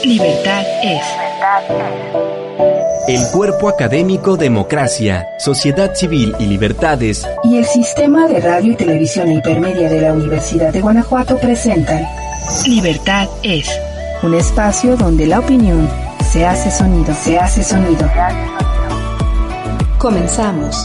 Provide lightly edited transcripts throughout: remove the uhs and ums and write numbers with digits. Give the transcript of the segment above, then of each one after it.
Libertad es. El Cuerpo Académico Democracia, Sociedad Civil y Libertades y el Sistema de Radio y Televisión Hipermedia de la Universidad de Guanajuato presentan Libertad es. Un espacio donde la opinión se hace sonido. Comenzamos.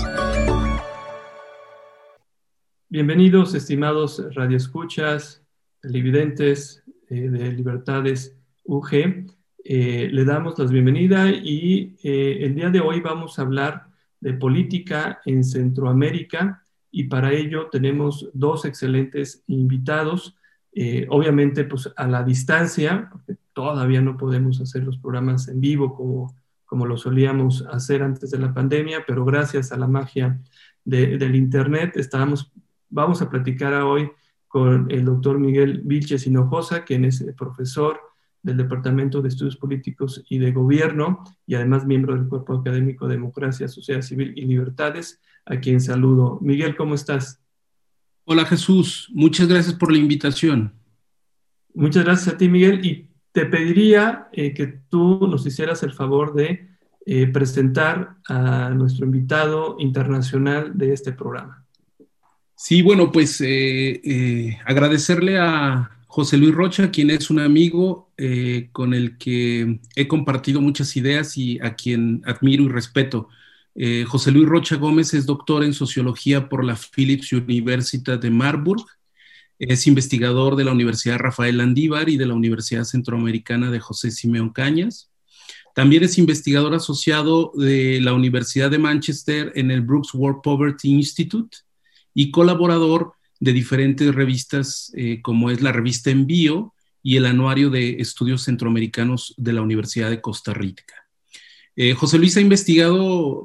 Bienvenidos, estimados radioescuchas, televidentes de Libertades UG. Le damos la bienvenida y el día de hoy vamos a hablar de política en Centroamérica y para ello tenemos dos excelentes invitados. Obviamente, pues a la distancia, porque todavía no podemos hacer los programas en vivo como lo solíamos hacer antes de la pandemia, pero gracias a la magia del Internet vamos a platicar hoy con el doctor Miguel Vilches Hinojosa, quien es profesor del Departamento de Estudios Políticos y de Gobierno y además miembro del Cuerpo Académico Democracia, Sociedad Civil y Libertades, a quien saludo. Miguel, ¿cómo estás? Hola Jesús, muchas gracias por la invitación. Muchas gracias a ti, Miguel, y te pediría que tú nos hicieras el favor de presentar a nuestro invitado internacional de este programa. Sí, bueno, pues agradecerle a José Luis Rocha, quien es un amigo con el que he compartido muchas ideas y a quien admiro y respeto. José Luis Rocha Gómez es doctor en Sociología por la Philipps University de Marburg, es investigador de la Universidad Rafael Landívar y de la Universidad Centroamericana de José Simeón Cañas. También es investigador asociado de la Universidad de Manchester en el Brooks World Poverty Institute y colaborador de diferentes revistas como es la revista Envío y el Anuario de Estudios Centroamericanos de la Universidad de Costa Rica. José Luis ha investigado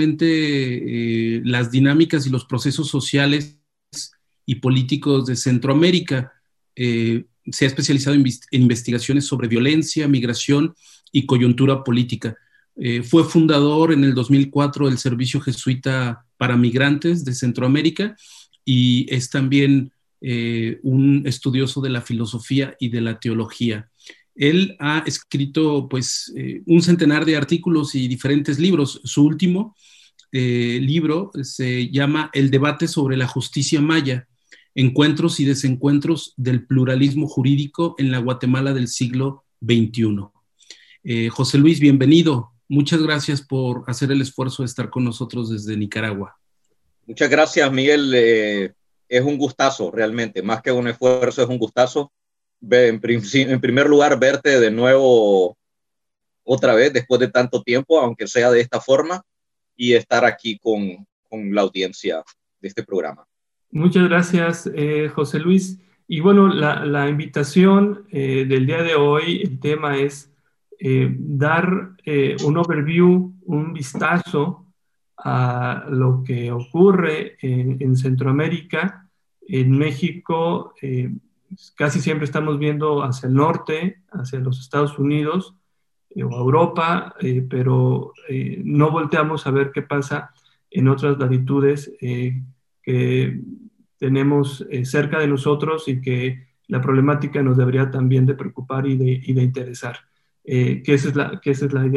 vastamente las dinámicas y los procesos sociales y políticos de Centroamérica. Se ha especializado en investigaciones sobre violencia, migración y coyuntura política. Fue fundador en el 2004 del Servicio Jesuita para Migrantes de Centroamérica y es también un estudioso de la filosofía y de la teología. Él ha escrito pues, un centenar de artículos y diferentes libros. Su último libro se llama El debate sobre la justicia maya, encuentros y desencuentros del pluralismo jurídico en la Guatemala del siglo XXI. José Luis, bienvenido. Muchas gracias por hacer el esfuerzo de estar con nosotros desde Nicaragua. Muchas gracias, Miguel. Es un gustazo, realmente. Más que un esfuerzo, es un gustazo. En primer lugar, verte de nuevo otra vez después de tanto tiempo, aunque sea de esta forma, y estar aquí con la audiencia de este programa. Muchas gracias, José Luis. Y bueno, la invitación del día de hoy, el tema es dar un overview, un vistazo a lo que ocurre en Centroamérica. En México casi siempre estamos viendo hacia el norte, hacia los Estados Unidos o Europa, pero no volteamos a ver qué pasa en otras latitudes que tenemos cerca de nosotros y que la problemática nos debería también de preocupar y de interesar. Que esa es la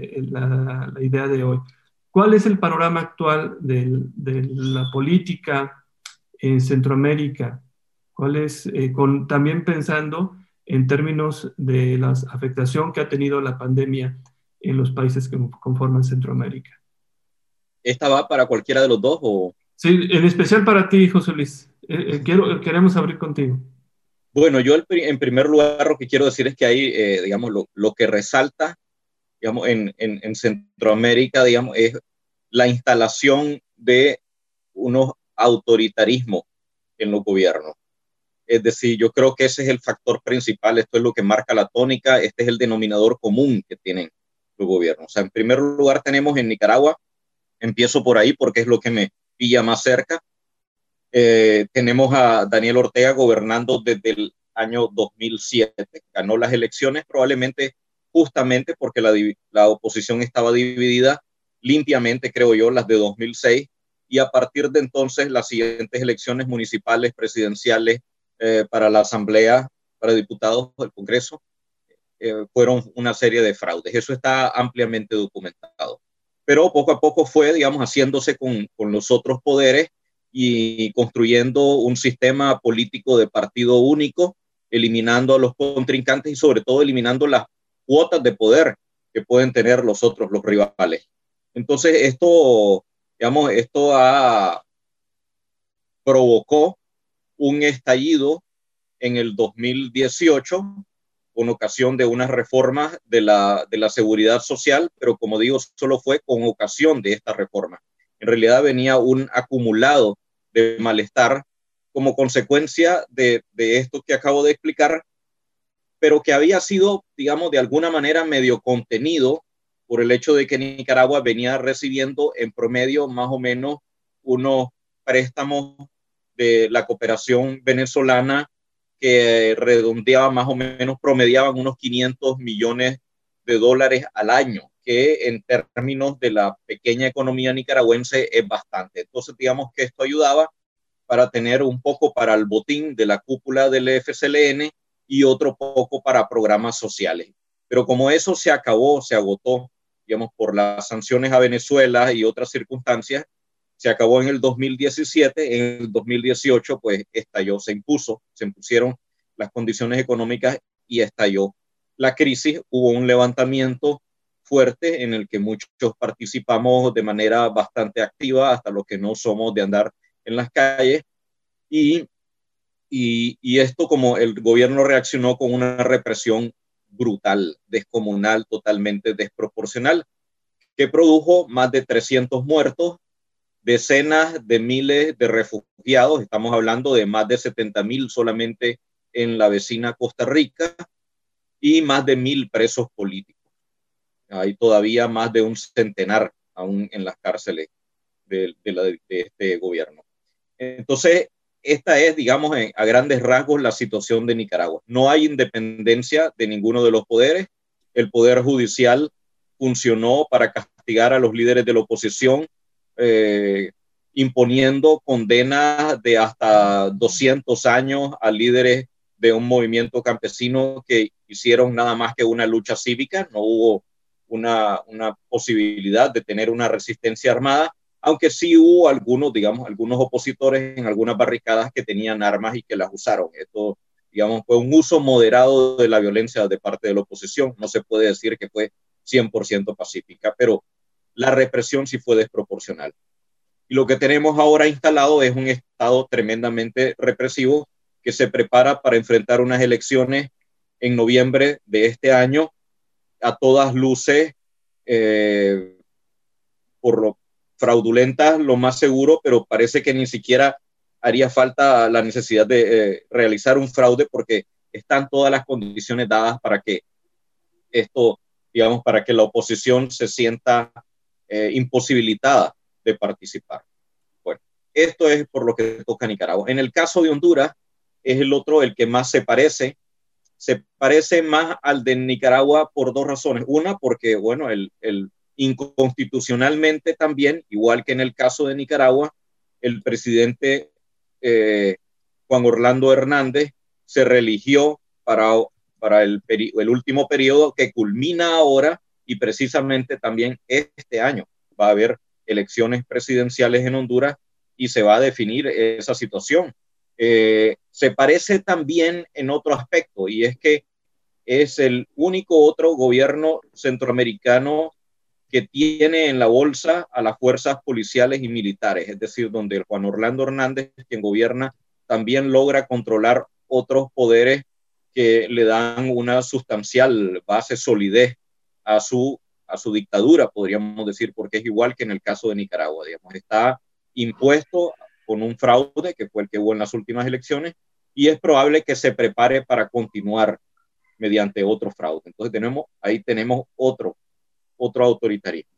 idea de hoy. ¿Cuál es el panorama actual de la política en Centroamérica? ¿Cuál es, también pensando en términos de la afectación que ha tenido la pandemia en los países que conforman Centroamérica? ¿Esta va para cualquiera de los dos o...? Sí, en especial para ti, José Luis. Queremos abrir contigo. Bueno, yo en primer lugar lo que quiero decir es que hay, digamos, lo que resalta, digamos, en Centroamérica, digamos, es la instalación de unos autoritarismos en los gobiernos. Es decir, yo creo que ese es el factor principal, esto es lo que marca la tónica, este es el denominador común que tienen los gobiernos. O sea, en primer lugar tenemos en Nicaragua, empiezo por ahí porque es lo que me pilla más cerca, tenemos a Daniel Ortega gobernando desde el año 2007, ganó las elecciones probablemente justamente porque la oposición estaba dividida limpiamente, creo yo, las de 2006, y a partir de entonces las siguientes elecciones municipales, presidenciales, para la Asamblea, para diputados del Congreso, fueron una serie de fraudes. Eso está ampliamente documentado. Pero poco a poco fue, digamos, haciéndose con los otros poderes y construyendo un sistema político de partido único, eliminando a los contrincantes y sobre todo eliminando las cuotas de poder que pueden tener los otros, los rivales. Entonces esto, digamos, provocó un estallido en el 2018 con ocasión de unas reformas de la seguridad social, pero como digo, solo fue con ocasión de esta reforma. En realidad venía un acumulado de malestar como consecuencia de esto que acabo de explicar, pero que había sido, digamos, de alguna manera medio contenido por el hecho de que Nicaragua venía recibiendo en promedio más o menos unos préstamos de la cooperación venezolana que redondeaban más o menos, promediaban unos 500 millones de dólares al año, que en términos de la pequeña economía nicaragüense es bastante. Entonces, digamos que esto ayudaba para tener un poco para el botín de la cúpula del FCLN y otro poco para programas sociales. Pero como eso se acabó, se agotó, digamos, por las sanciones a Venezuela y otras circunstancias, se acabó en el 2017, en el 2018 pues estalló, se impusieron las condiciones económicas y estalló la crisis. Hubo un levantamiento fuerte en el que muchos participamos de manera bastante activa, hasta los que no somos de andar en las calles, y esto, como el gobierno reaccionó con una represión brutal, descomunal, totalmente desproporcional, que produjo más de 300 muertos, decenas de miles de refugiados, estamos hablando de más de 70,000 solamente en la vecina Costa Rica, y más de 1,000 presos políticos. Hay todavía más de un centenar aún en las cárceles de este gobierno. Entonces, esta es, digamos, a grandes rasgos la situación de Nicaragua. No hay independencia de ninguno de los poderes. El poder judicial funcionó para castigar a los líderes de la oposición, imponiendo condenas de hasta 200 años a líderes de un movimiento campesino que hicieron nada más que una lucha cívica. No hubo una posibilidad de tener una resistencia armada, aunque sí hubo algunos, digamos, algunos opositores en algunas barricadas que tenían armas y que las usaron. Esto, digamos, fue un uso moderado de la violencia de parte de la oposición. No se puede decir que fue 100% pacífica, pero la represión sí fue desproporcional. Y lo que tenemos ahora instalado es un Estado tremendamente represivo que se prepara para enfrentar unas elecciones en noviembre de este año, a todas luces, por lo fraudulentas, lo más seguro, pero parece que ni siquiera haría falta la necesidad de realizar un fraude, porque están todas las condiciones dadas para que esto, digamos, para que la oposición se sienta imposibilitada de participar. Bueno, esto es por lo que toca a Nicaragua. En el caso de Honduras, es el otro, el que más se parece más al de Nicaragua por dos razones. Una, porque, bueno, inconstitucionalmente también, igual que en el caso de Nicaragua, el presidente Juan Orlando Hernández se reeligió para el último periodo que culmina ahora, y precisamente también este año va a haber elecciones presidenciales en Honduras y se va a definir esa situación. Se parece también en otro aspecto, y es que es el único otro gobierno centroamericano que tiene en la bolsa a las fuerzas policiales y militares, es decir, donde Juan Orlando Hernández, quien gobierna, también logra controlar otros poderes que le dan una sustancial base, solidez a su dictadura, podríamos decir, porque es igual que en el caso de Nicaragua, digamos, está impuesto con un fraude que fue el que hubo en las últimas elecciones, y es probable que se prepare para continuar mediante otro fraude. Entonces tenemos otro autoritarismo.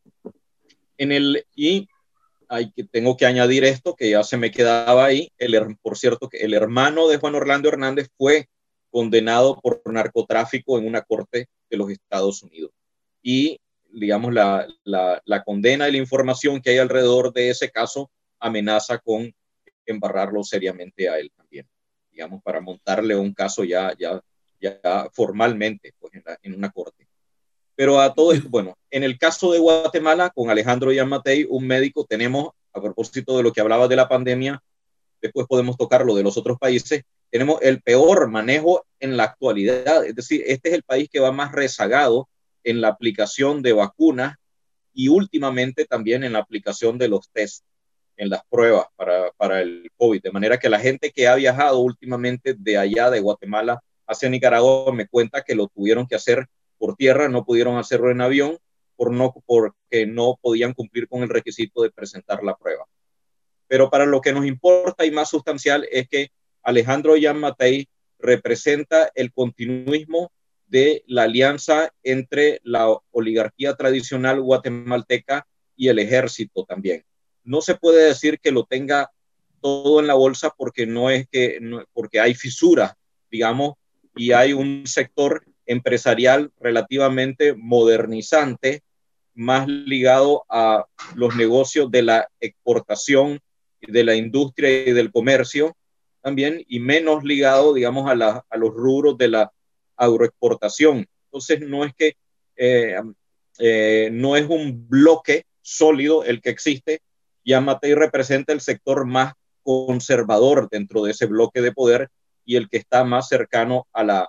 Tengo que añadir esto, que ya se me quedaba ahí, por cierto, que el hermano de Juan Orlando Hernández fue condenado por narcotráfico en una corte de los Estados Unidos. Y, digamos, la condena y la información que hay alrededor de ese caso amenaza con embarrarlo seriamente a él también, digamos, para montarle un caso ya formalmente, pues, en una corte. Pero a todo esto, bueno, en el caso de Guatemala, con Alejandro Giammattei, un médico, tenemos, a propósito de lo que hablaba de la pandemia, después podemos tocar lo de los otros países, tenemos el peor manejo en la actualidad. Es decir, este es el país que va más rezagado en la aplicación de vacunas y últimamente también en la aplicación de los test, en las pruebas para el COVID. De manera que la gente que ha viajado últimamente de allá, de Guatemala, hacia Nicaragua, me cuenta que lo tuvieron que hacer por tierra, no pudieron hacerlo en avión porque no podían cumplir con el requisito de presentar la prueba. Pero para lo que nos importa y más sustancial es que Alejandro Giammattei representa el continuismo de la alianza entre la oligarquía tradicional guatemalteca y el ejército también. No se puede decir que lo tenga todo en la bolsa porque porque hay fisuras, digamos, y hay un sector empresarial relativamente modernizante, más ligado a los negocios de la exportación, de la industria y del comercio también, y menos ligado, digamos, a los rubros de la agroexportación. Entonces, no es que no es un bloque sólido el que existe. Giammattei representa el sector más conservador dentro de ese bloque de poder y el que está más cercano a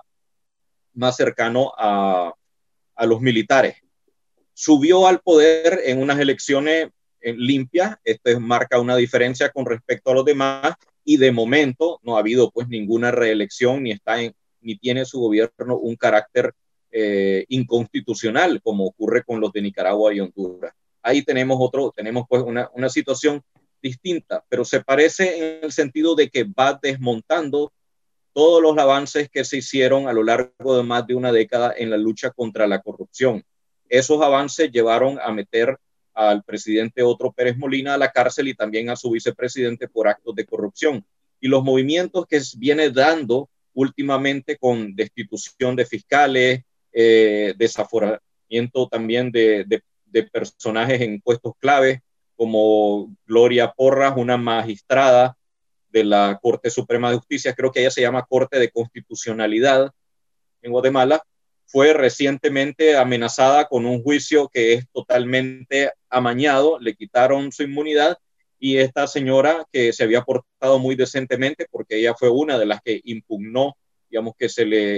los militares. Subió al poder en unas elecciones limpias. Esto marca una diferencia con respecto a los demás y de momento no ha habido pues ninguna reelección ni tiene su gobierno un carácter inconstitucional como ocurre con los de Nicaragua y Honduras. Ahí tenemos pues una situación distinta, pero se parece en el sentido de que va desmontando todos los avances que se hicieron a lo largo de más de una década en la lucha contra la corrupción. Esos avances llevaron a meter al presidente Otto Pérez Molina a la cárcel y también a su vicepresidente por actos de corrupción. Y los movimientos que viene dando últimamente con destitución de fiscales, desaforamiento también de personajes en puestos claves, como Gloria Porras, una magistrada de la Corte Suprema de Justicia, creo que ella se llama Corte de Constitucionalidad en Guatemala, fue recientemente amenazada con un juicio que es totalmente amañado, le quitaron su inmunidad y esta señora que se había portado muy decentemente porque ella fue una de las que impugnó, digamos que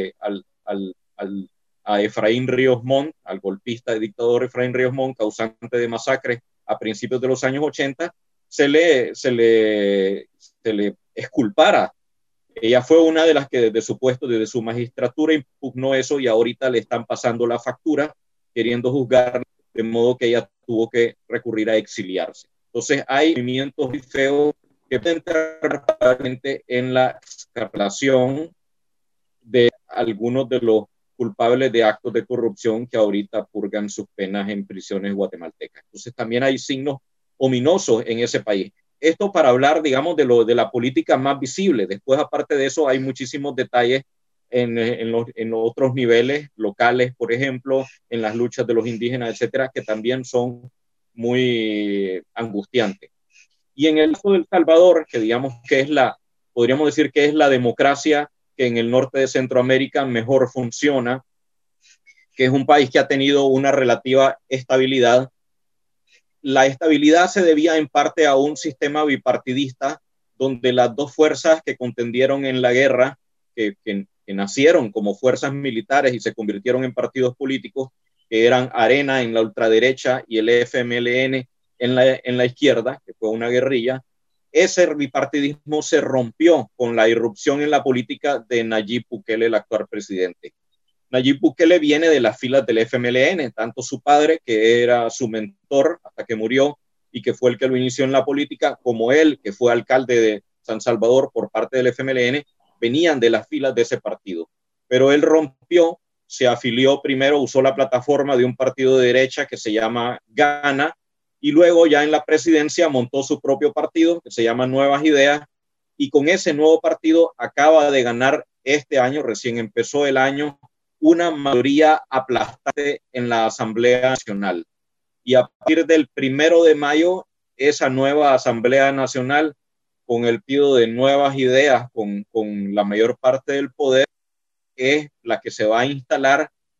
a Efraín Ríos Montt, al golpista y dictador Efraín Ríos Montt, causante de masacres a principios de los años 80, se le exculpara. Ella fue una de las que desde su puesto, desde su magistratura, impugnó eso y ahorita le están pasando la factura queriendo juzgar, de modo que ella tuvo que recurrir a exiliarse. Entonces hay movimientos muy feos que pueden entrar probablemente en la escarcelación de algunos de los culpables de actos de corrupción que ahorita purgan sus penas en prisiones guatemaltecas. Entonces también hay signos ominosos en ese país. Esto para hablar, digamos, de la política más visible. Después, aparte de eso, hay muchísimos detalles en los otros niveles locales, por ejemplo, en las luchas de los indígenas, etcétera, que también son muy angustiantes. Y en el caso de El Salvador, que digamos que podríamos decir que es la democracia que en el norte de Centroamérica mejor funciona, que es un país que ha tenido una relativa estabilidad. La estabilidad se debía en parte a un sistema bipartidista donde las dos fuerzas que contendieron en la guerra, que nacieron como fuerzas militares y se convirtieron en partidos políticos, que eran Arena en la ultraderecha y el FMLN en la izquierda, que fue una guerrilla, ese bipartidismo se rompió con la irrupción en la política de Nayib Bukele, el actual presidente. Nayib Bukele viene de las filas del FMLN, tanto su padre, que era su mentor hasta que murió y que fue el que lo inició en la política, como él, que fue alcalde de San Salvador por parte del FMLN, venían de las filas de ese partido. Pero él rompió, se afilió primero, usó la plataforma de un partido de derecha que se llama Gana, y luego ya en la presidencia montó su propio partido que se llama Nuevas Ideas, y con ese nuevo partido acaba de ganar este año, recién empezó el año, una mayoría aplastante en la Asamblea Nacional. Y a partir del 1 de mayo, esa nueva Asamblea Nacional, con el pedido de Nuevas Ideas, con la mayor parte del poder, es la que se va a instalar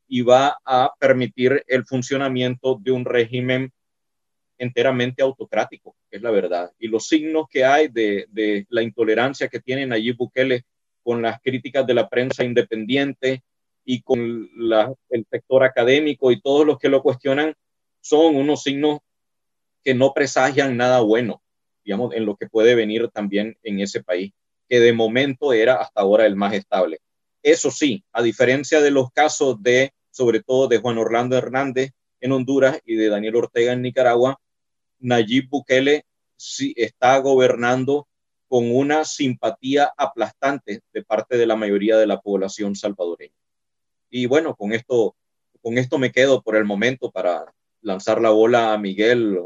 y va a permitir el funcionamiento de un régimen enteramente autocrático, que es la verdad. Y los signos que hay de la intolerancia que tiene Nayib Bukele con las críticas de la prensa independiente y con el sector académico y todos los que lo cuestionan, son unos signos que no presagian nada bueno, digamos, en lo que puede venir también en ese país, que de momento era hasta ahora el más estable. Eso sí, a diferencia de los casos sobre todo de Juan Orlando Hernández en Honduras y de Daniel Ortega en Nicaragua, Nayib Bukele sí está gobernando con una simpatía aplastante de parte de la mayoría de la población salvadoreña. Y bueno, con esto me quedo por el momento para lanzar la bola a Miguel.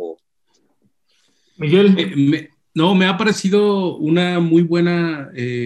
Miguel. Me ha parecido una muy buena,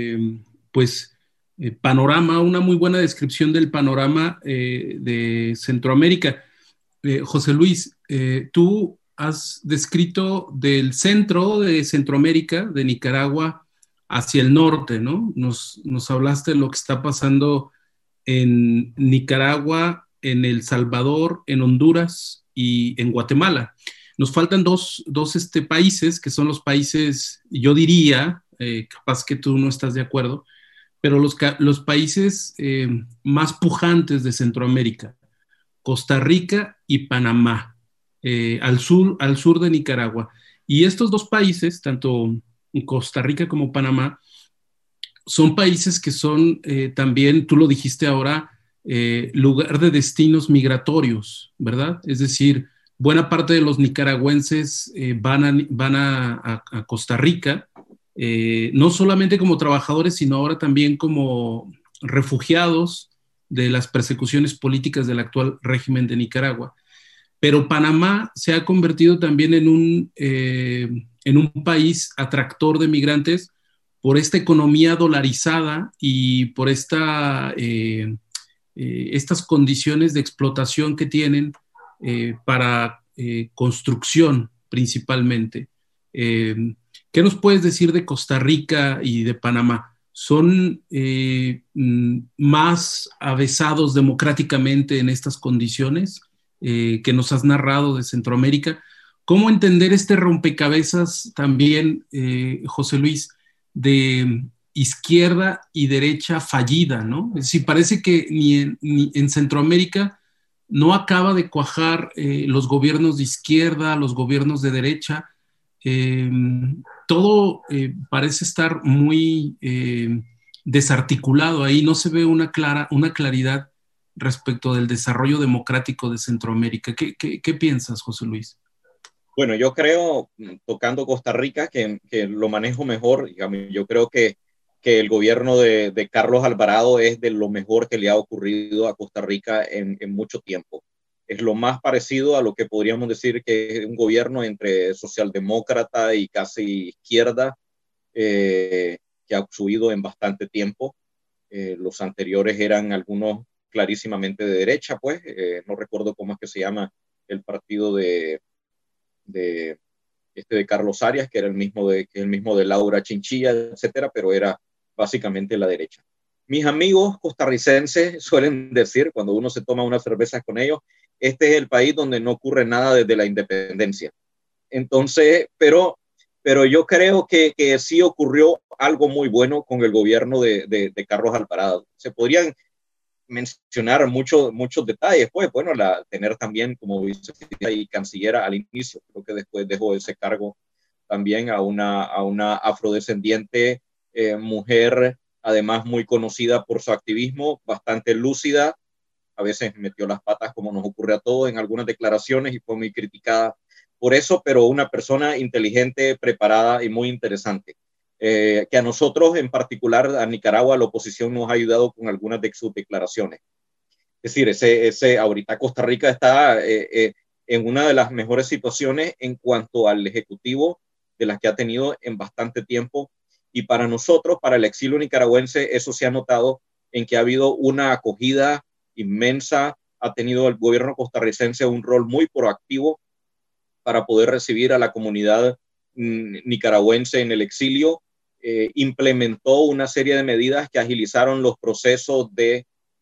panorama, una muy buena descripción del panorama de Centroamérica. José Luis, tú has descrito del centro de Centroamérica, de Nicaragua, hacia el norte, ¿no? Nos hablaste de lo que está pasando en Nicaragua, en El Salvador, en Honduras y en Guatemala. Nos faltan dos países, que son los países, yo diría, capaz que tú no estás de acuerdo, pero los países más pujantes de Centroamérica, Costa Rica y Panamá, al sur de Nicaragua. Y estos dos países, tanto Costa Rica como Panamá, son países que son también, tú lo dijiste ahora, lugar de destinos migratorios, ¿verdad? Es decir, buena parte de los nicaragüenses van a Costa Rica, no solamente como trabajadores, sino ahora también como refugiados de las persecuciones políticas del actual régimen de Nicaragua. Pero Panamá se ha convertido también en un país atractor de migrantes por esta economía dolarizada y por estas condiciones de explotación que tienen para construcción principalmente. ¿Qué nos puedes decir de Costa Rica y de Panamá? ¿Son más avesados democráticamente en estas condiciones que nos has narrado de Centroamérica? ¿Cómo entender este rompecabezas también, José Luis, de izquierda y derecha fallida, ¿no? Es decir, parece que ni en Centroamérica no acaba de cuajar los gobiernos de izquierda, los gobiernos de derecha. Todo parece estar muy desarticulado ahí, no se ve una claridad respecto del desarrollo democrático de Centroamérica. ¿Qué piensas, José Luis? Bueno, yo creo, tocando Costa Rica, que lo manejo mejor. Digamos, yo creo que el gobierno de Carlos Alvarado es de lo mejor que le ha ocurrido a Costa Rica en mucho tiempo. Es lo más parecido a lo que podríamos decir que es un gobierno entre socialdemócrata y casi izquierda, que ha subido en bastante tiempo. Los anteriores eran algunos clarísimamente de derecha, pues. No recuerdo cómo es que se llama el partido de Carlos Arias, que era el mismo de Laura Chinchilla, etcétera, pero era básicamente la derecha. Mis amigos costarricenses suelen decir, cuando uno se toma unas cervezas con ellos, este es el país donde no ocurre nada desde la independencia. Entonces, pero yo creo que sí ocurrió algo muy bueno con el gobierno de Carlos Alvarado. Se podrían mencionar muchos detalles, pues bueno, tener también como vicepresidenta y canciller al inicio, creo que después dejó ese cargo también a una afrodescendiente mujer, además muy conocida por su activismo, bastante lúcida, a veces metió las patas como nos ocurre a todos en algunas declaraciones y fue muy criticada por eso, pero una persona inteligente, preparada y muy interesante. Que a nosotros, en particular a Nicaragua, la oposición nos ha ayudado con algunas de sus declaraciones. Es decir, ahorita Costa Rica está en una de las mejores situaciones en cuanto al ejecutivo de las que ha tenido en bastante tiempo, y para nosotros, para el exilio nicaragüense, eso se ha notado en que ha habido una acogida inmensa, ha tenido el gobierno costarricense un rol muy proactivo para poder recibir a la comunidad nicaragüense en el exilio. Implementó una serie de medidas que agilizaron los procesos de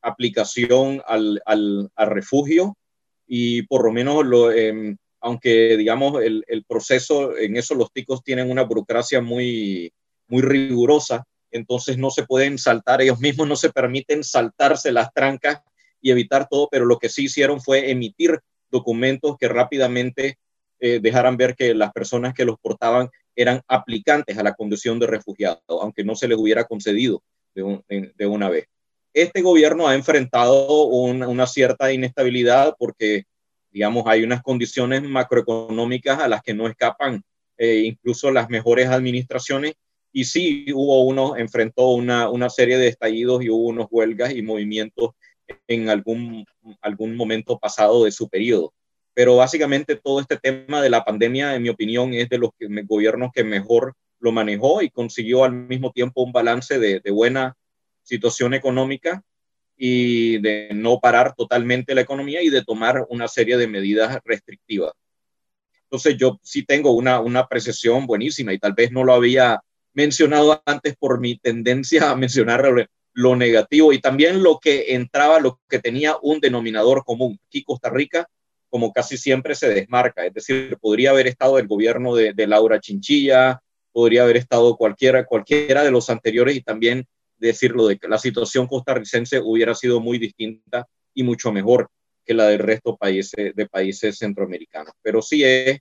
aplicación al refugio y por lo menos aunque digamos el proceso en eso los ticos tienen una burocracia muy, muy rigurosa, entonces no se pueden saltar, ellos mismos no se permiten saltarse las trancas y evitar todo, pero lo que sí hicieron fue emitir documentos que rápidamente dejaran ver que las personas que los portaban eran aplicantes a la condición de refugiado, aunque no se les hubiera concedido de una vez. Este gobierno ha enfrentado una cierta inestabilidad porque, digamos, hay unas condiciones macroeconómicas a las que no escapan incluso las mejores administraciones. Y sí, enfrentó una serie de estallidos y hubo unos huelgas y movimientos en algún momento pasado de su periodo. Pero básicamente todo este tema de la pandemia, en mi opinión, es de los gobiernos que mejor lo manejó y consiguió al mismo tiempo un balance de buena situación económica y de no parar totalmente la economía y de tomar una serie de medidas restrictivas. Entonces yo sí tengo una apreciación buenísima y tal vez no lo había mencionado antes por mi tendencia a mencionar lo negativo y también lo que tenía un denominador común. Aquí Costa Rica, como casi siempre, se desmarca, es decir, podría haber estado el gobierno de Laura Chinchilla, podría haber estado cualquiera de los anteriores y también decirlo de que la situación costarricense hubiera sido muy distinta y mucho mejor que la del resto de países centroamericanos. Pero sí es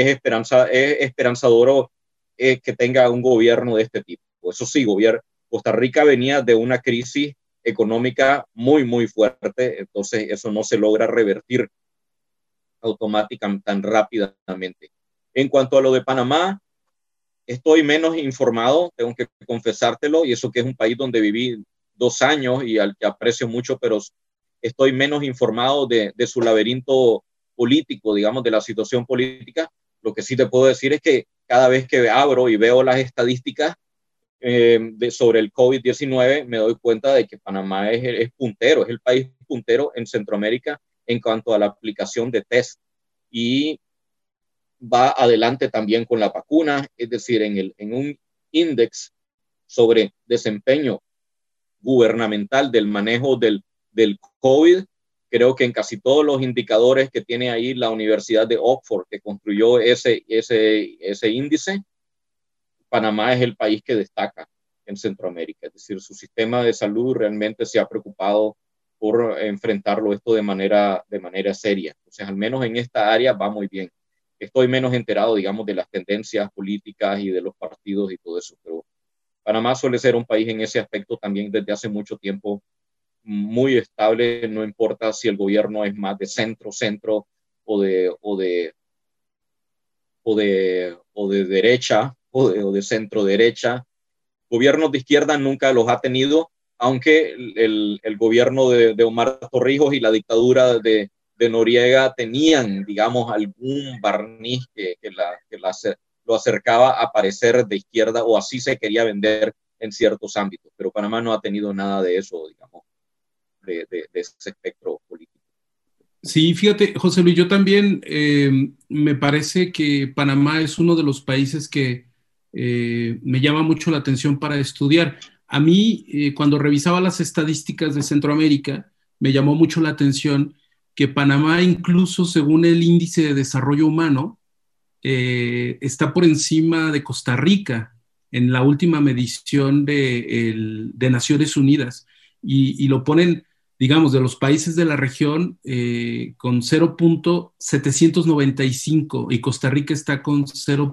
esperanzador que tenga un gobierno de este tipo. Eso sí, Costa Rica venía de una crisis económica muy, muy fuerte, entonces eso no se logra revertir automáticamente tan rápidamente. En cuanto a lo de Panamá, estoy menos informado, tengo que confesártelo, y eso que es un país donde viví 2 años y al que aprecio mucho, pero estoy menos informado de su laberinto político, digamos, de la situación política. Lo que sí te puedo decir es que cada vez que abro y veo las estadísticas sobre el COVID-19, me doy cuenta de que Panamá es puntero, es el país puntero en Centroamérica en cuanto a la aplicación de test y va adelante también con la vacuna, es decir, en un índice sobre desempeño gubernamental del manejo del COVID, creo que en casi todos los indicadores que tiene ahí la Universidad de Oxford, que construyó ese índice, Panamá es el país que destaca en Centroamérica. Es decir, su sistema de salud realmente se ha preocupado por enfrentarlo esto de manera seria. Entonces, al menos en esta área va muy bien. Estoy menos enterado, digamos, de las tendencias políticas y de los partidos y todo eso, pero Panamá suele ser un país en ese aspecto también desde hace mucho tiempo muy estable, no importa si el gobierno es más de centro o de derecha o de centro derecha. Gobiernos de izquierda nunca los ha tenido, aunque el gobierno de Omar Torrijos y la dictadura de Noriega tenían, digamos, algún barniz que lo acercaba a parecer de izquierda, o así se quería vender en ciertos ámbitos, pero Panamá no ha tenido nada de eso, digamos, de ese espectro político. Sí, fíjate, José Luis, yo también me parece que Panamá es uno de los países que me llama mucho la atención para estudiar. A mí, cuando revisaba las estadísticas de Centroamérica, me llamó mucho la atención que Panamá, incluso según el Índice de Desarrollo Humano, está por encima de Costa Rica en la última medición de Naciones Unidas y lo ponen, digamos, de los países de la región con 0.795 y Costa Rica está con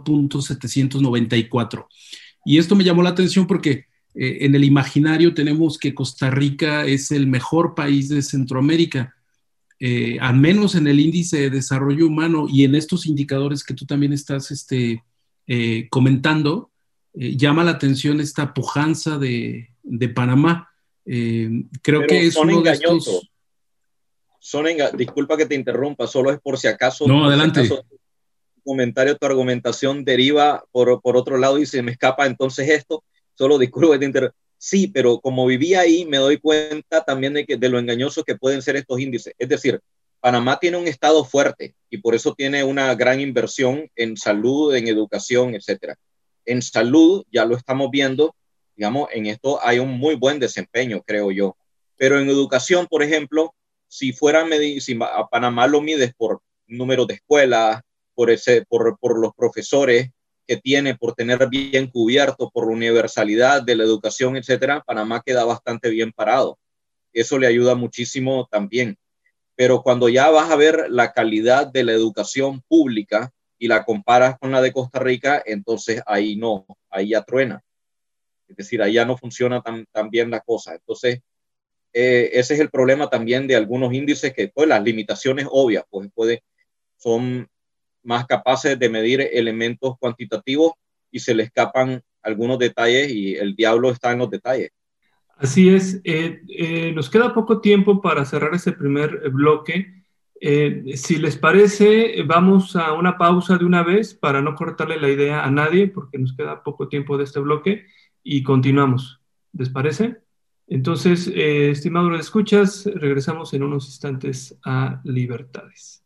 0.794. Y esto me llamó la atención porque en el imaginario tenemos que Costa Rica es el mejor país de Centroamérica, al menos en el índice de desarrollo humano y en estos indicadores que tú también estás comentando, llama la atención esta pujanza de Panamá. Creo pero que es uno de estos... Disculpa que te interrumpa, solo es por si acaso. No, adelante. Tu comentario, tu argumentación deriva por otro lado y se me escapa entonces esto. Solo disculpa que te interrumpa. Sí, pero como viví ahí, me doy cuenta también de lo engañosos que pueden ser estos índices. Es decir, Panamá tiene un estado fuerte y por eso tiene una gran inversión en salud, en educación, etcétera. En salud, ya lo estamos viendo, digamos, en esto hay un muy buen desempeño, creo yo. Pero en educación, por ejemplo, si a Panamá lo mides por número de escuelas, por los profesores que tiene, por tener bien cubierto, por la universalidad de la educación, etcétera, Panamá queda bastante bien parado. Eso le ayuda muchísimo también. Pero cuando ya vas a ver la calidad de la educación pública y la comparas con la de Costa Rica, entonces ahí no, ahí ya truena. Es decir, ahí ya no funciona tan bien la cosa. Entonces, ese es el problema también de algunos índices que, pues, las limitaciones obvias, pues, son más capaces de medir elementos cuantitativos y se le escapan algunos detalles y el diablo está en los detalles. Así es. Nos queda poco tiempo para cerrar ese primer bloque. Si les parece, vamos a una pausa de una vez para no cortarle la idea a nadie, porque nos queda poco tiempo de este bloque y continuamos. ¿Les parece? Entonces, estimados escuchas, regresamos en unos instantes a Libertades.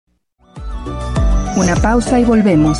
Una pausa y volvemos.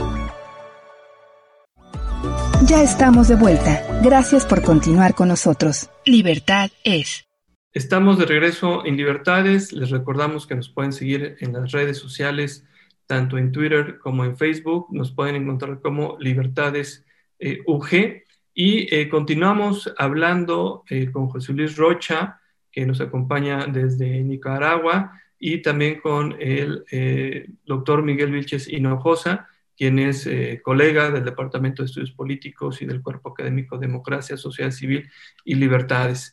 Ya estamos de vuelta. Gracias por continuar con nosotros. Libertad es. Estamos de regreso en Libertades. Les recordamos que nos pueden seguir en las redes sociales, tanto en Twitter como en Facebook. Nos pueden encontrar como Libertades UG. Y continuamos hablando con José Luis Rocha, que nos acompaña desde Nicaragua, y también con el doctor Miguel Vilches Hinojosa, quien es colega del Departamento de Estudios Políticos y del Cuerpo Académico Democracia, Sociedad Civil y Libertades.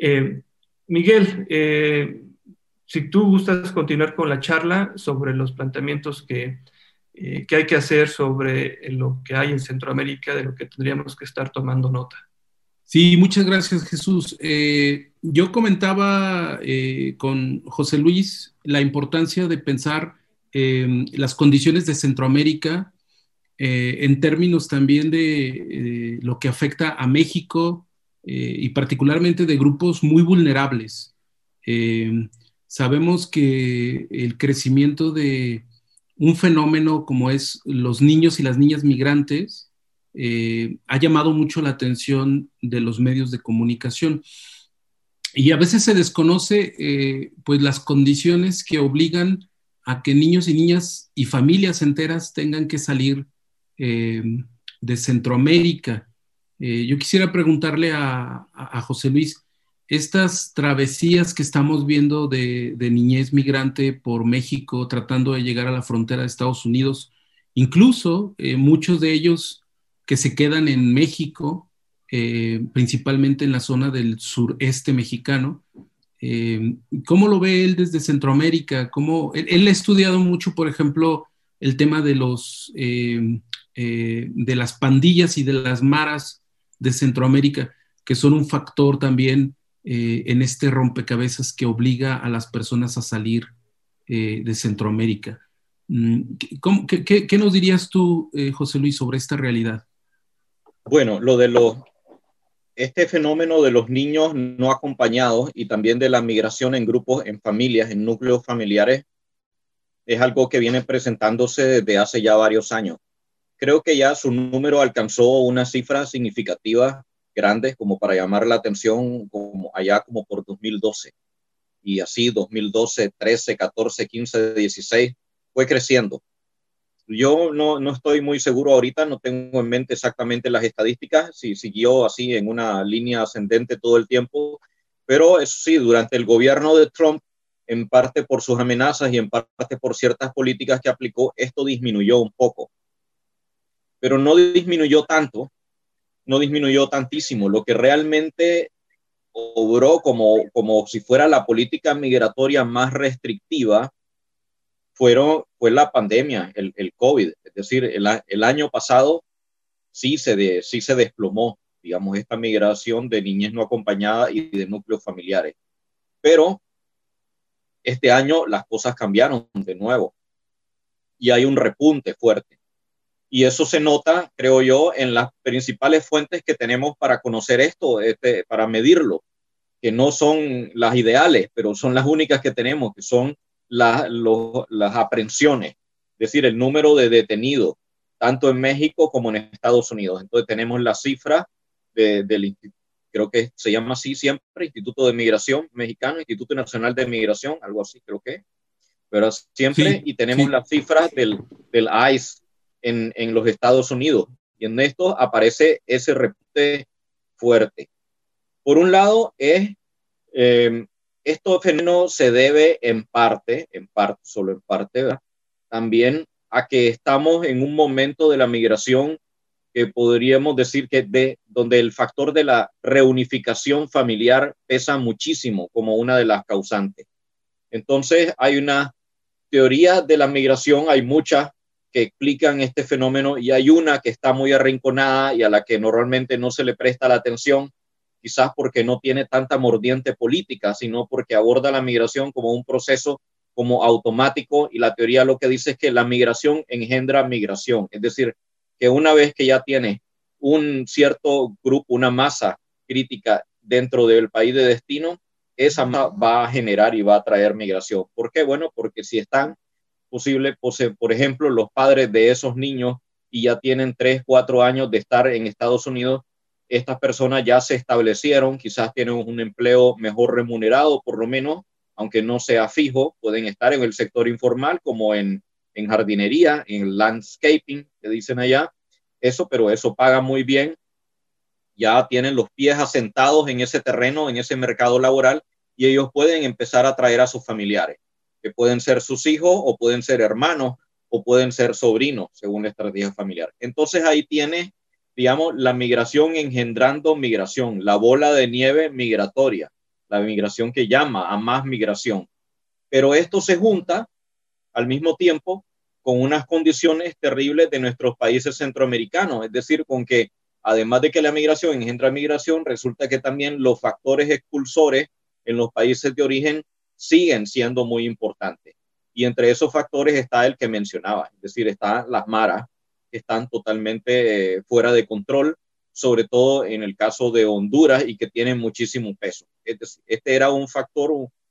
Miguel, si tú gustas continuar con la charla sobre los planteamientos que hay que hacer sobre lo que hay en Centroamérica, de lo que tendríamos que estar tomando nota. Sí, muchas gracias, Jesús. Yo comentaba con José Luis la importancia de pensar las condiciones de Centroamérica en términos también de lo que afecta a México y particularmente de grupos muy vulnerables. Sabemos que el crecimiento de un fenómeno como es los niños y las niñas migrantes ha llamado mucho la atención de los medios de comunicación. Y a veces se desconoce pues las condiciones que obligan a que niños y niñas y familias enteras tengan que salir de Centroamérica. Yo quisiera preguntarle a José Luis, estas travesías que estamos viendo de niñez migrante por México tratando de llegar a la frontera de Estados Unidos, incluso muchos de ellos que se quedan en México, principalmente en la zona del sureste mexicano. ¿Cómo lo ve él desde Centroamérica? Él ha estudiado mucho, por ejemplo, el tema de de las pandillas y de las maras de Centroamérica, que son un factor también en este rompecabezas que obliga a las personas a salir de Centroamérica. ¿Qué nos dirías tú, José Luis, sobre esta realidad? Bueno, este fenómeno de los niños no acompañados y también de la migración en grupos, en familias, en núcleos familiares, es algo que viene presentándose desde hace ya varios años. Creo que ya su número alcanzó una cifra significativa, grande, como para llamar la atención, como por 2012. Y así 2012, 13, 14, 15, 16, fue creciendo. Yo no estoy muy seguro ahorita, no tengo en mente exactamente las estadísticas, si siguió así en una línea ascendente todo el tiempo, pero eso sí, durante el gobierno de Trump, en parte por sus amenazas y en parte por ciertas políticas que aplicó, esto disminuyó un poco. Pero no disminuyó tanto, no disminuyó tantísimo. Lo que realmente obró como si fuera la política migratoria más restrictiva fue la pandemia, el COVID. Es decir, el año pasado sí se desplomó, digamos, esta migración de niñez no acompañada y de núcleos familiares. Pero este año las cosas cambiaron de nuevo y hay un repunte fuerte. Y eso se nota, creo yo, en las principales fuentes que tenemos para conocer esto, para medirlo, que no son las ideales, pero son las únicas que tenemos, que son las aprehensiones, es decir, el número de detenidos, tanto en México como en Estados Unidos. Entonces tenemos la cifra que creo que se llama así siempre, Instituto de Migración Mexicano, Instituto Nacional de Migración, algo así creo que, pero siempre, Sí, y tenemos sí. las cifras del ICE en los Estados Unidos, y en esto aparece ese repunte fuerte. Por un lado, esto fenómeno se debe en parte, solo en parte, ¿verdad? También a que estamos en un momento de la migración que podríamos decir que donde el factor de la reunificación familiar pesa muchísimo como una de las causantes. Entonces hay una teoría de la migración, hay muchas que explican este fenómeno y hay una que está muy arrinconada y a la que normalmente no se le presta la atención, quizás porque no tiene tanta mordiente política, sino porque aborda la migración como un proceso como automático, y la teoría lo que dice es que la migración engendra migración, es decir, que una vez que ya tiene un cierto grupo, una masa crítica dentro del país de destino, esa masa va a generar y va a traer migración. ¿Por qué? Bueno, porque si están posible, por ejemplo, los padres de esos niños y ya tienen 3, 4 años de estar en Estados Unidos, estas personas ya se establecieron, quizás tienen un empleo mejor remunerado, por lo menos, aunque no sea fijo, pueden estar en el sector informal como en jardinería, en landscaping, que dicen allá, pero eso paga muy bien, ya tienen los pies asentados en ese terreno, en ese mercado laboral, y ellos pueden empezar a traer a sus familiares, que pueden ser sus hijos o pueden ser hermanos o pueden ser sobrinos, según la estrategia familiar. Entonces ahí tiene, digamos, la migración engendrando migración, la bola de nieve migratoria, la migración que llama a más migración. Pero esto se junta al mismo tiempo con unas condiciones terribles de nuestros países centroamericanos, es decir, con que además de que la migración engendra migración, resulta que también los factores expulsores en los países de origen siguen siendo muy importantes. Y entre esos factores está el que mencionaba, es decir, están las maras, que están totalmente fuera de control, sobre todo en el caso de Honduras, y que tienen muchísimo peso. Es decir, este era un factor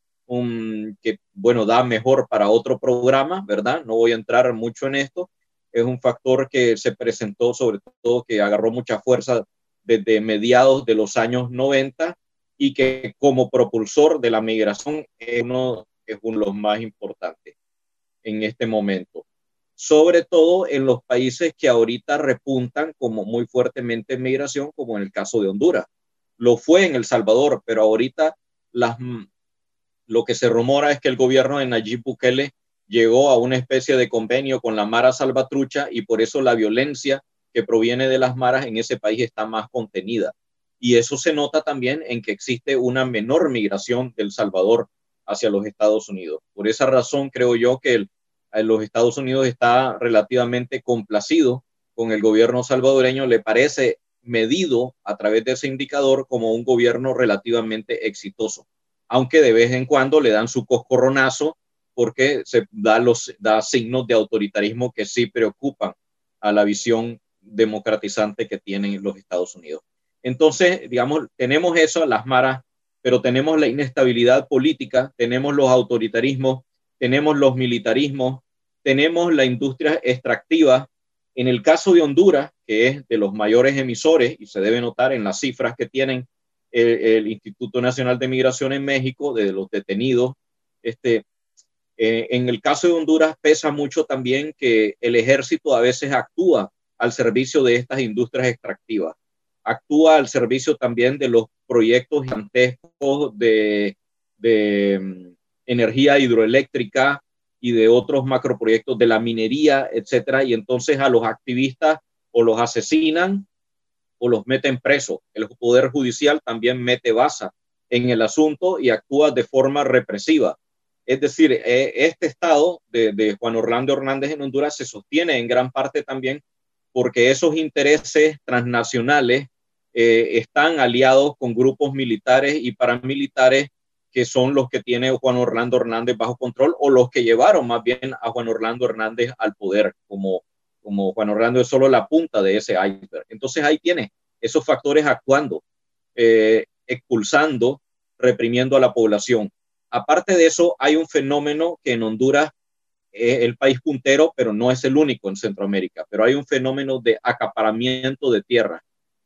que, bueno, da mejor para otro programa, ¿verdad? No voy a entrar mucho en esto. Es un factor que se presentó, sobre todo, que agarró mucha fuerza desde mediados de los años 90 y que como propulsor de la migración es uno de los más importantes en este momento. Sobre todo en los países que ahorita repuntan como muy fuertemente en migración, como en el caso de Honduras. Lo fue en El Salvador, pero ahorita lo que se rumora es que el gobierno de Nayib Bukele llegó a una especie de convenio con la Mara Salvatrucha, y por eso la violencia que proviene de las maras en ese país está más contenida. Y eso se nota también en que existe una menor migración del Salvador hacia los Estados Unidos. Por esa razón creo yo que los Estados Unidos está relativamente complacido con el gobierno salvadoreño, le parece medido a través de ese indicador como un gobierno relativamente exitoso, aunque de vez en cuando le dan su coscorronazo porque se da signos de autoritarismo que sí preocupan a la visión democratizante que tienen los Estados Unidos. Entonces, digamos, tenemos eso, las maras, pero tenemos la inestabilidad política, tenemos los autoritarismos, tenemos los militarismos, tenemos la industria extractiva. En el caso de Honduras, que es de los mayores emisores, y se debe notar en las cifras que tienen el Instituto Nacional de Migración en México, de los detenidos, en el caso de Honduras pesa mucho también que el ejército a veces actúa al servicio de estas industrias extractivas, actúa al servicio también de los proyectos gigantescos de energía hidroeléctrica y de otros macroproyectos de la minería, etcétera, y entonces a los activistas o los asesinan o los meten presos. El Poder Judicial también mete baza en el asunto y actúa de forma represiva. Es decir, este estado de Juan Orlando Hernández en Honduras se sostiene en gran parte también porque esos intereses transnacionales están aliados con grupos militares y paramilitares que son los que tiene Juan Orlando Hernández bajo control, o los que llevaron más bien a Juan Orlando Hernández al poder, como Juan Orlando es solo la punta de ese iceberg. Entonces ahí tiene esos factores actuando, expulsando, reprimiendo a la población. Aparte de eso, hay un fenómeno que en Honduras es el país puntero, pero no es el único en Centroamérica, pero hay un fenómeno de acaparamiento de tierra.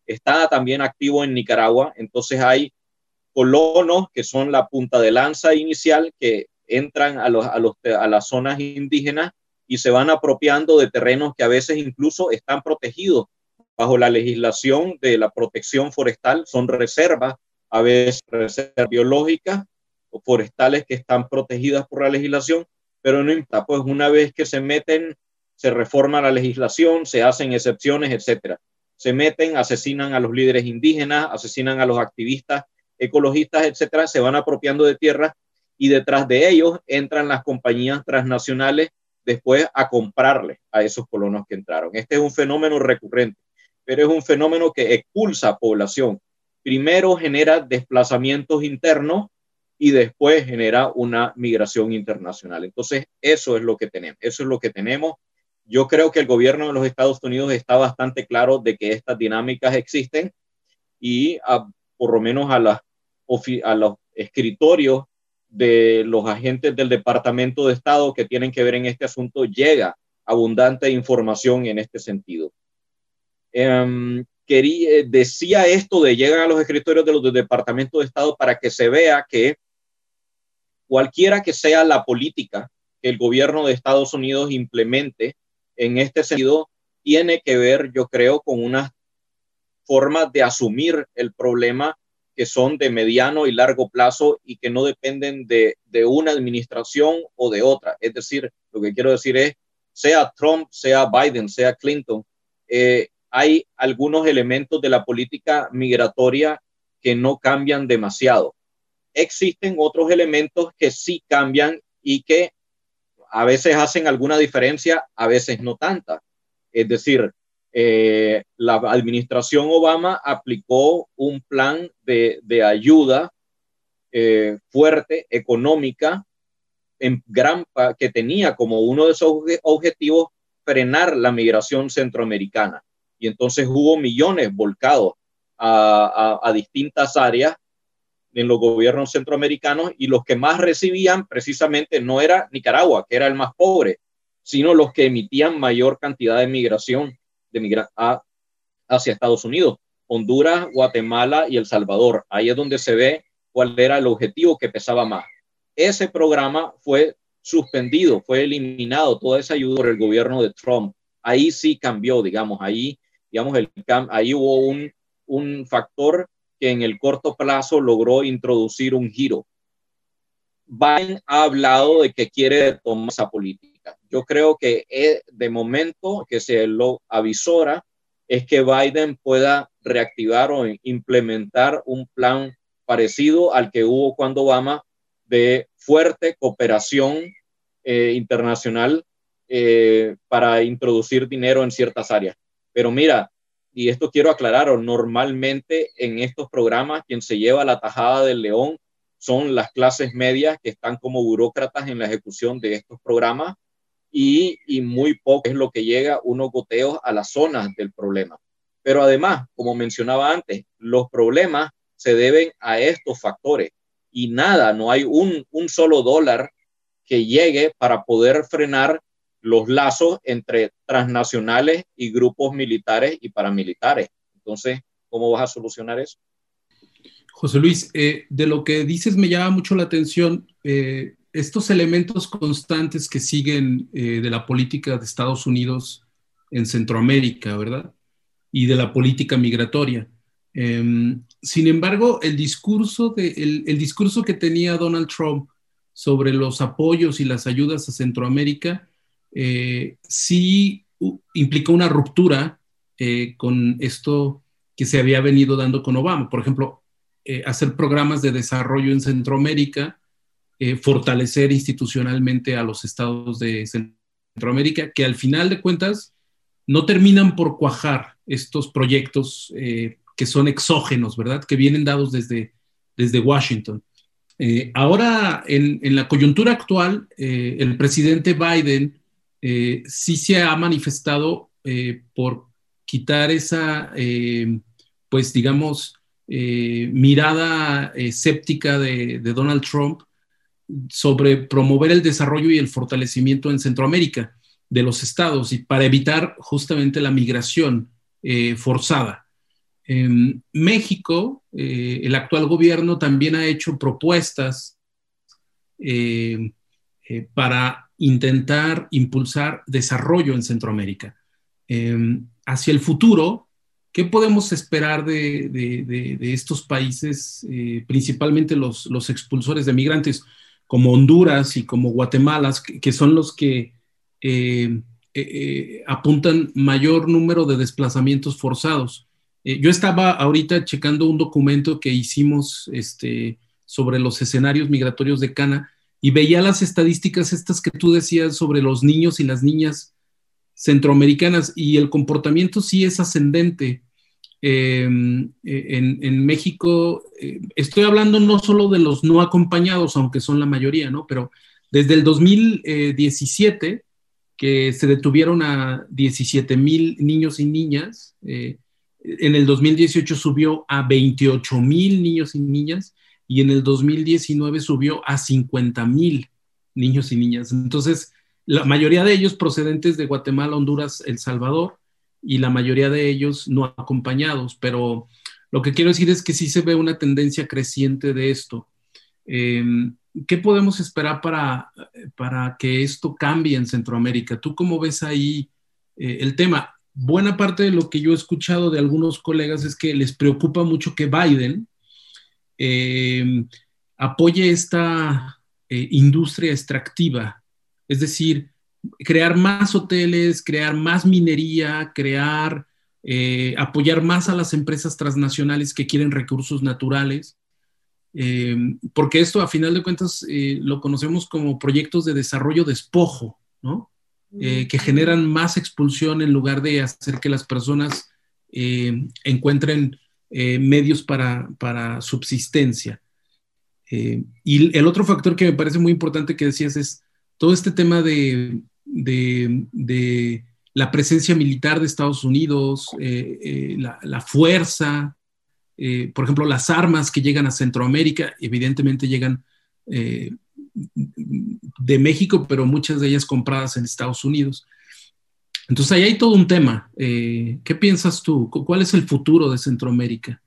está también activo en Nicaragua. Entonces hay colonos que son la punta de lanza inicial que entran a las zonas indígenas y se van apropiando de terrenos que a veces incluso están protegidos bajo la legislación de la protección forestal, son reservas, a veces reservas biológicas o forestales que están protegidas por la legislación, pero no importa, pues una vez que se meten, se reforma la legislación, se hacen excepciones, etcétera. Se meten, asesinan a los líderes indígenas, asesinan a los activistas ecologistas, etcétera, se van apropiando de tierras y detrás de ellos entran las compañías transnacionales después a comprarles a esos colonos que entraron. Este es un fenómeno recurrente, pero es un fenómeno que expulsa población. Primero genera desplazamientos internos y después genera una migración internacional. Entonces, eso es lo que tenemos. Yo creo que el gobierno de los Estados Unidos está bastante claro de que estas dinámicas existen y por lo menos a los escritorios de los agentes del Departamento de Estado que tienen que ver en este asunto llega abundante información en este sentido. Decía esto de llegan a los escritorios de los del Departamento de Estado para que se vea que cualquiera que sea la política que el gobierno de Estados Unidos implemente en este sentido, tiene que ver, yo creo, con unas formas de asumir el problema que son de mediano y largo plazo y que no dependen de una administración o de otra. Es decir, lo que quiero decir es, sea Trump, sea Biden, sea Clinton, hay algunos elementos de la política migratoria que no cambian demasiado. Existen otros elementos que sí cambian y que a veces hacen alguna diferencia, a veces no tanta. Es decir, la administración Obama aplicó un plan de ayuda fuerte, económica, que tenía como uno de sus objetivos frenar la migración centroamericana. Y entonces hubo millones volcados a distintas áreas en los gobiernos centroamericanos, y los que más recibían precisamente no era Nicaragua, que era el más pobre, sino los que emitían mayor cantidad de migración hacia Estados Unidos, Honduras, Guatemala y El Salvador. Ahí es donde se ve cuál era el objetivo que pesaba más. Ese programa fue suspendido, fue eliminado, toda esa ayuda por el gobierno de Trump. Ahí sí cambió, ahí hubo un factor que en el corto plazo logró introducir un giro. Biden ha hablado de que quiere tomar esa política. Yo creo que de momento que se lo avisora es que Biden pueda reactivar o implementar un plan parecido al que hubo cuando Obama, de fuerte cooperación internacional para introducir dinero en ciertas áreas. Pero mira, y esto quiero aclarar, normalmente en estos programas quien se lleva la tajada del león son las clases medias que están como burócratas en la ejecución de estos programas, y muy poco es lo que llega, unos goteos a las zonas del problema. Pero además, como mencionaba antes, los problemas se deben a estos factores y no hay un solo dólar que llegue para poder frenar los lazos entre transnacionales y grupos militares y paramilitares. Entonces, ¿cómo vas a solucionar eso? José Luis, de lo que dices me llama mucho la atención estos elementos constantes que siguen de la política de Estados Unidos en Centroamérica, ¿verdad? Y de la política migratoria. Sin embargo, el discurso que tenía Donald Trump sobre los apoyos y las ayudas a Centroamérica sí implicó una ruptura con esto que se había venido dando con Obama. Por ejemplo, hacer programas de desarrollo en Centroamérica, fortalecer institucionalmente a los estados de Centroamérica, que al final de cuentas no terminan por cuajar estos proyectos que son exógenos, ¿verdad? Que vienen dados desde Washington. Ahora, en la coyuntura actual, el presidente Biden sí se ha manifestado por quitar esa, pues digamos, mirada escéptica de Donald Trump sobre promover el desarrollo y el fortalecimiento en Centroamérica de los estados, y para evitar justamente la migración forzada. México, el actual gobierno también ha hecho propuestas para intentar impulsar desarrollo en Centroamérica. Hacia el futuro, ¿qué podemos esperar de estos países, principalmente los expulsores de migrantes, como Honduras y como Guatemala, que son los que apuntan mayor número de desplazamientos forzados? Yo estaba ahorita checando un documento que hicimos sobre los escenarios migratorios de Cana y veía las estadísticas estas que tú decías sobre los niños y las niñas centroamericanas, y el comportamiento sí es ascendente. En México, estoy hablando no solo de los no acompañados, aunque son la mayoría, ¿no? Pero desde el 2017, que se detuvieron a 17,000 niños y niñas, en el 2018 subió a 28,000 niños y niñas, y en el 2019 subió a 50,000 niños y niñas. Entonces, la mayoría de ellos procedentes de Guatemala, Honduras, El Salvador, y la mayoría de ellos no acompañados. Pero lo que quiero decir es que sí se ve una tendencia creciente de esto. ¿Qué podemos esperar para que esto cambie en Centroamérica? ¿Tú cómo ves ahí el tema? Buena parte de lo que yo he escuchado de algunos colegas es que les preocupa mucho que Biden apoye esta industria extractiva, es decir, crear más hoteles, crear más minería, apoyar más a las empresas transnacionales que quieren recursos naturales, porque esto a final de cuentas lo conocemos como proyectos de desarrollo despojo, ¿no? Que generan más expulsión en lugar de hacer que las personas encuentren medios para subsistencia. Y el otro factor que me parece muy importante que decías es todo este tema de la presencia militar de Estados Unidos, la fuerza, por ejemplo, las armas que llegan a Centroamérica, evidentemente llegan de México, pero muchas de ellas compradas en Estados Unidos. Entonces ahí hay todo un tema. ¿Qué piensas tú? ¿Cuál es el futuro de Centroamérica?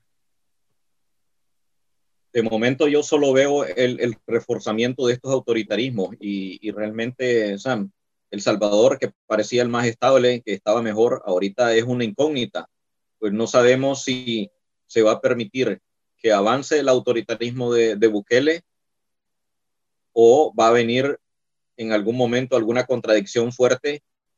De momento yo solo veo el reforzamiento de estos autoritarismos y realmente, Sam, El Salvador, que parecía el más estable, que estaba mejor, ahorita es una incógnita. Pues no sabemos si se va a permitir que avance el autoritarismo de Bukele o va a venir en algún momento alguna contradicción fuerte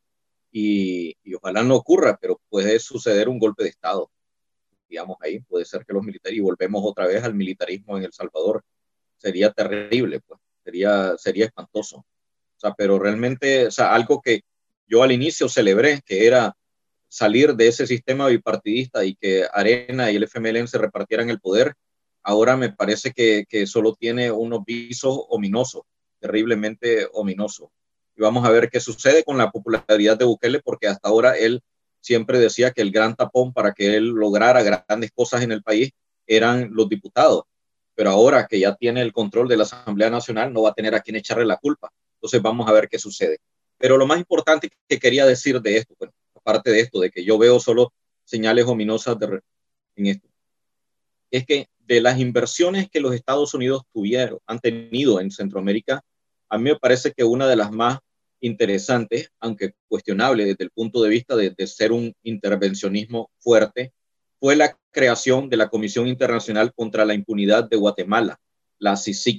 y ojalá no ocurra, pero puede suceder un golpe de Estado. Digamos ahí, puede ser que los militares, y volvemos otra vez al militarismo en El Salvador, sería terrible, pues, sería espantoso. O sea, pero realmente, o sea, algo que yo al inicio celebré, que era salir de ese sistema bipartidista y que Arena y el FMLN se repartieran el poder, ahora me parece que solo tiene unos visos ominosos, terriblemente ominosos. Y vamos a ver qué sucede con la popularidad de Bukele, porque hasta ahora él siempre decía que el gran tapón para que él lograra grandes cosas en el país eran los diputados. Pero ahora que ya tiene el control de la Asamblea Nacional, no va a tener a quien echarle la culpa. Entonces vamos a ver qué sucede. Pero lo más importante que quería decir de esto, bueno, aparte de esto, de que yo veo solo señales ominosas en esto, es que de las inversiones que los Estados Unidos han tenido en Centroamérica, a mí me parece que una de las más interesantes, aunque cuestionable desde el punto de vista de ser un intervencionismo fuerte, fue la creación de la Comisión Internacional contra la Impunidad de Guatemala, la CICIG.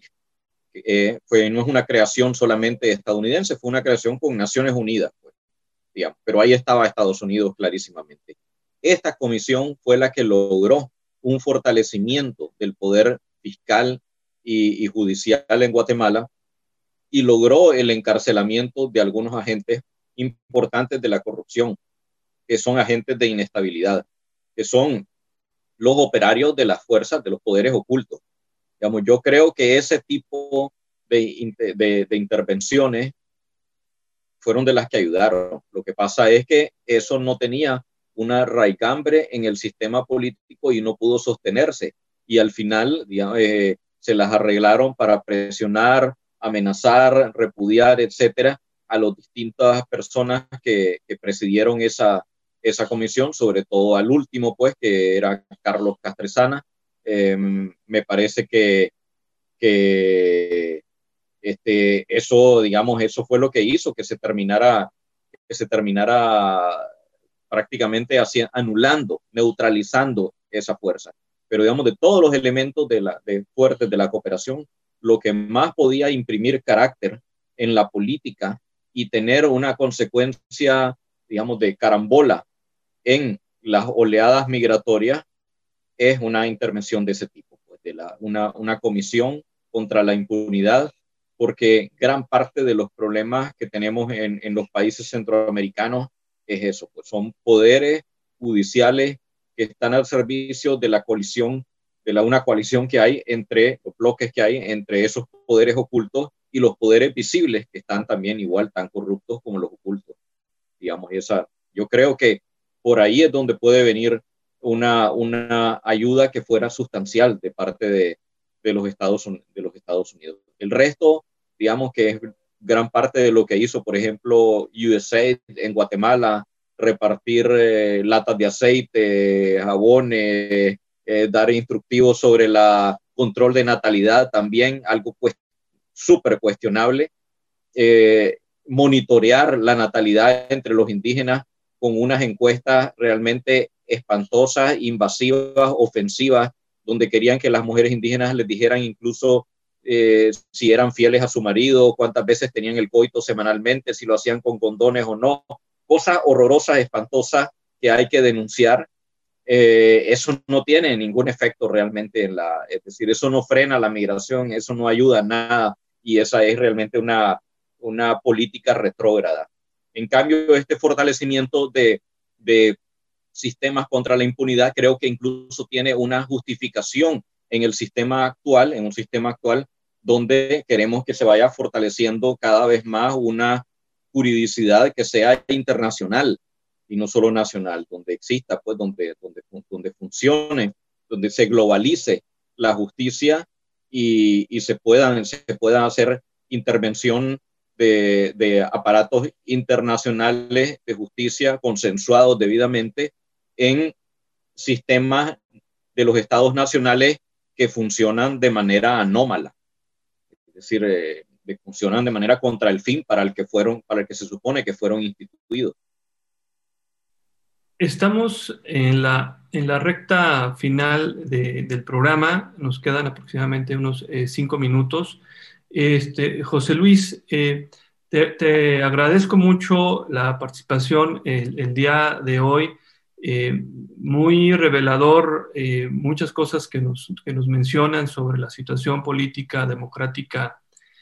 No es una creación solamente estadounidense, fue una creación con Naciones Unidas, pues, digamos, pero ahí estaba Estados Unidos clarísimamente. Esta comisión fue la que logró un fortalecimiento del poder fiscal y judicial en Guatemala, y logró el encarcelamiento de algunos agentes importantes de la corrupción, que son agentes de inestabilidad, que son los operarios de las fuerzas, de los poderes ocultos. Digamos, yo creo que ese tipo de intervenciones fueron de las que ayudaron. Lo que pasa es que eso no tenía una raigambre en el sistema político y no pudo sostenerse. Y al final, digamos, se las arreglaron para presionar, amenazar, repudiar, etcétera, a las distintas personas que presidieron esa esa comisión, sobre todo al último, pues, que era Carlos Castresana. Me parece que eso, digamos, eso fue lo que hizo que se terminara prácticamente anulando, neutralizando esa fuerza. Pero, digamos, de todos los elementos fuertes de la cooperación, lo que más podía imprimir carácter en la política y tener una consecuencia, digamos, de carambola en las oleadas migratorias es una intervención de ese tipo, pues, una comisión contra la impunidad, porque gran parte de los problemas que tenemos en los países centroamericanos es eso, pues son poderes judiciales que están al servicio de la coalición, una coalición que hay entre los bloques que hay entre esos poderes ocultos y los poderes visibles que están también igual tan corruptos como los ocultos. Digamos, yo creo que por ahí es donde puede venir una ayuda que fuera sustancial de parte de los Estados Unidos. El resto, digamos que es gran parte de lo que hizo, por ejemplo, USAID en Guatemala, repartir latas de aceite, jabones, dar instructivos sobre el control de natalidad, también algo pues súper cuestionable, monitorear la natalidad entre los indígenas con unas encuestas realmente espantosas, invasivas, ofensivas, donde querían que las mujeres indígenas les dijeran incluso si eran fieles a su marido, cuántas veces tenían el coito semanalmente, si lo hacían con condones o no. Cosas horrorosas, espantosas que hay que denunciar. Eso no tiene ningún efecto realmente es decir, eso no frena la migración, eso no ayuda a nada, y esa es realmente una política retrógrada. En cambio, este fortalecimiento de sistemas contra la impunidad creo que incluso tiene una justificación en un sistema actual donde queremos que se vaya fortaleciendo cada vez más una juridicidad que sea internacional y no solo nacional, donde exista, pues, donde funcione, donde se globalice la justicia y se pueda hacer intervención de aparatos internacionales de justicia consensuados debidamente en sistemas de los estados nacionales que funcionan de manera anómala, es decir, funcionan de manera contra el fin para el que se supone que fueron instituidos. Estamos en la recta final del programa, nos quedan aproximadamente unos 5 minutos. José Luis, te agradezco mucho la participación el día de hoy, muy revelador, muchas cosas que nos mencionan sobre la situación política, democrática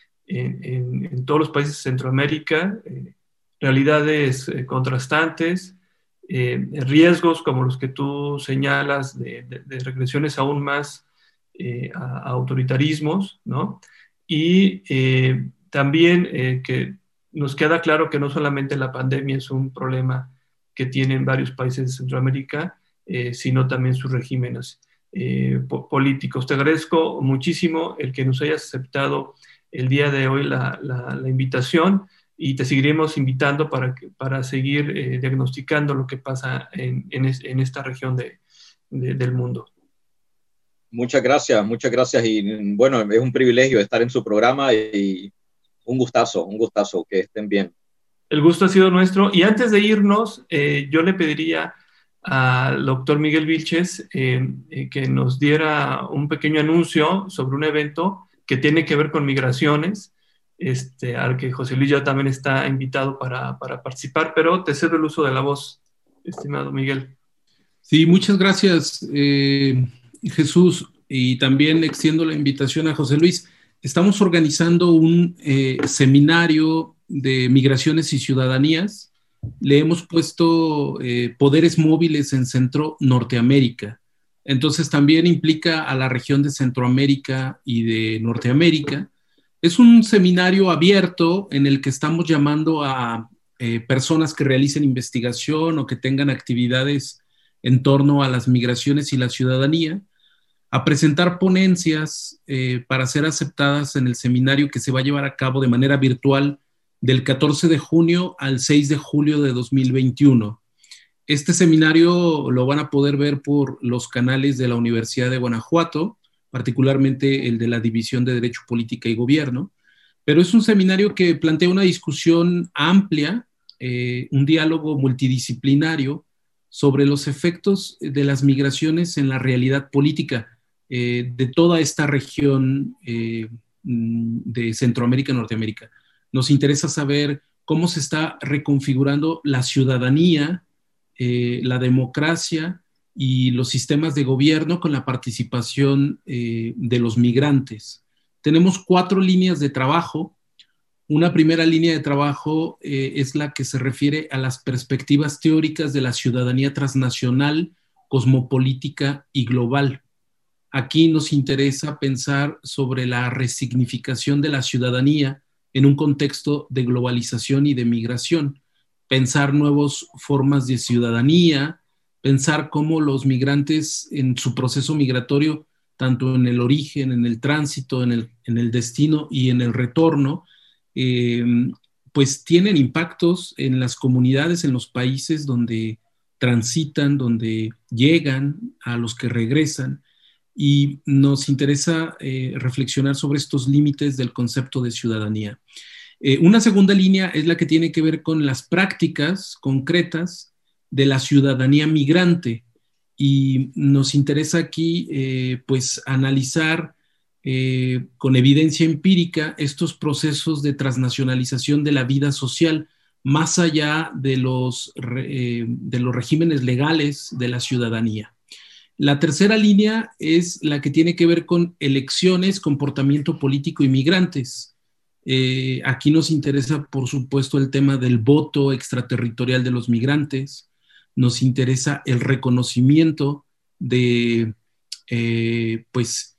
en todos los países de Centroamérica, realidades contrastantes, riesgos como los que tú señalas de regresiones aún más a autoritarismos, ¿no? Y también que nos queda claro que no solamente la pandemia es un problema que tienen varios países de Centroamérica, sino también sus regímenes políticos. Te agradezco muchísimo el que nos hayas aceptado el día de hoy la invitación, y te seguiremos invitando para seguir diagnosticando lo que pasa en esta región del mundo. Muchas gracias, y bueno, es un privilegio estar en su programa y un gustazo, que estén bien. El gusto ha sido nuestro, y antes de irnos, yo le pediría al doctor Miguel Vilches que nos diera un pequeño anuncio sobre un evento que tiene que ver con migraciones, al que José Luis ya también está invitado para participar, pero te cedo el uso de la voz, estimado Miguel. Sí, muchas gracias, Jesús, y también extiendo la invitación a José Luis. Estamos organizando un seminario de migraciones y ciudadanías. Le hemos puesto poderes móviles en Centro Norteamérica. Entonces también implica a la región de Centroamérica y de Norteamérica. Es un seminario abierto en el que estamos llamando a personas que realicen investigación o que tengan actividades en torno a las migraciones y la ciudadanía, a presentar ponencias para ser aceptadas en el seminario que se va a llevar a cabo de manera virtual del 14 de junio al 6 de julio de 2021. Este seminario lo van a poder ver por los canales de la Universidad de Guanajuato, particularmente el de la División de Derecho, Política y Gobierno, pero es un seminario que plantea una discusión amplia, un diálogo multidisciplinario sobre los efectos de las migraciones en la realidad política de toda esta región de Centroamérica y Norteamérica. Nos interesa saber cómo se está reconfigurando la ciudadanía, la democracia y los sistemas de gobierno con la participación de los migrantes. Tenemos 4 líneas de trabajo. Una primera línea de trabajo es la que se refiere a las perspectivas teóricas de la ciudadanía transnacional, cosmopolítica y global. Aquí nos interesa pensar sobre la resignificación de la ciudadanía en un contexto de globalización y de migración, pensar nuevas formas de ciudadanía, pensar cómo los migrantes en su proceso migratorio, tanto en el origen, en el tránsito, en el destino y en el retorno, pues tienen impactos en las comunidades, en los países donde transitan, donde llegan, a los que regresan, y nos interesa reflexionar sobre estos límites del concepto de ciudadanía. Una segunda línea es la que tiene que ver con las prácticas concretas de la ciudadanía migrante, y nos interesa aquí pues analizar con evidencia empírica estos procesos de transnacionalización de la vida social más allá de los regímenes legales de la ciudadanía. La tercera línea es la que tiene que ver con elecciones, comportamiento político y migrantes. Aquí nos interesa, por supuesto, el tema del voto extraterritorial de los migrantes. Nos interesa el reconocimiento de pues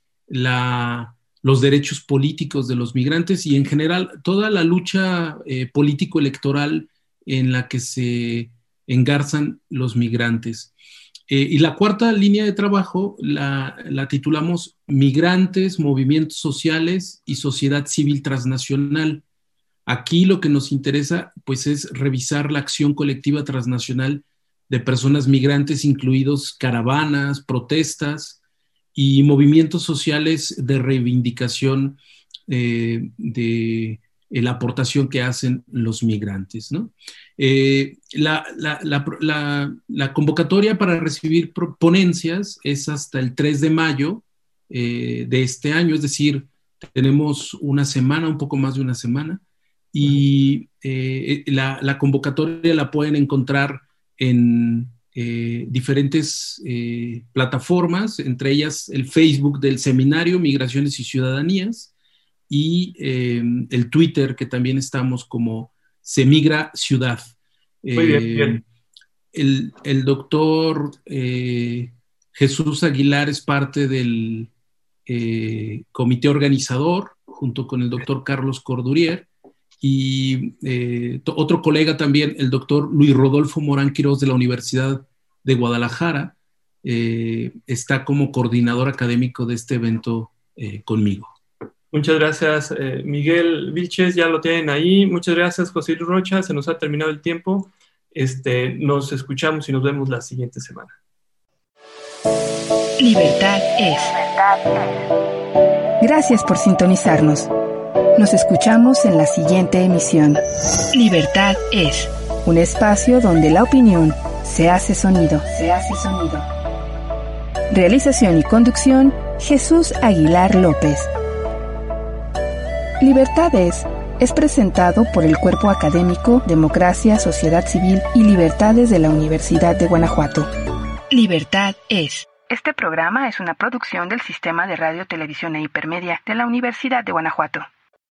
los derechos políticos de los migrantes y en general toda la lucha político-electoral en la que se engarzan los migrantes. Y la cuarta línea de trabajo la titulamos Migrantes, Movimientos Sociales y Sociedad Civil Transnacional. Aquí lo que nos interesa pues es revisar la acción colectiva transnacional de personas migrantes, incluidos caravanas, protestas y movimientos sociales de reivindicación de la aportación que hacen los migrantes, ¿no? La convocatoria para recibir ponencias es hasta el 3 de mayo de este año, es decir, tenemos una semana, un poco más de una semana, y la convocatoria la pueden encontrar en diferentes plataformas, entre ellas el Facebook del Seminario Migraciones y Ciudadanías y el Twitter, que también estamos como Semigra Ciudad. Muy bien. El doctor Jesús Aguilar es parte del comité organizador, junto con el doctor Carlos Cordurier, y otro colega también, el doctor Luis Rodolfo Morán Quirós de la Universidad de Guadalajara, está como coordinador académico de este evento conmigo. Muchas gracias, Miguel Vilches, ya lo tienen ahí. Muchas gracias, José Luis Rocha, se nos ha terminado el tiempo. Nos escuchamos y nos vemos la siguiente semana. Libertad es. Gracias por sintonizarnos. Nos escuchamos en la siguiente emisión. Libertad es un espacio donde la opinión se hace sonido. Realización y conducción, Jesús Aguilar López. Libertad es presentado por el Cuerpo Académico Democracia, Sociedad Civil y Libertades de la Universidad de Guanajuato. Libertad es. Este programa es una producción del Sistema de Radio, Televisión e Hipermedia de la Universidad de Guanajuato.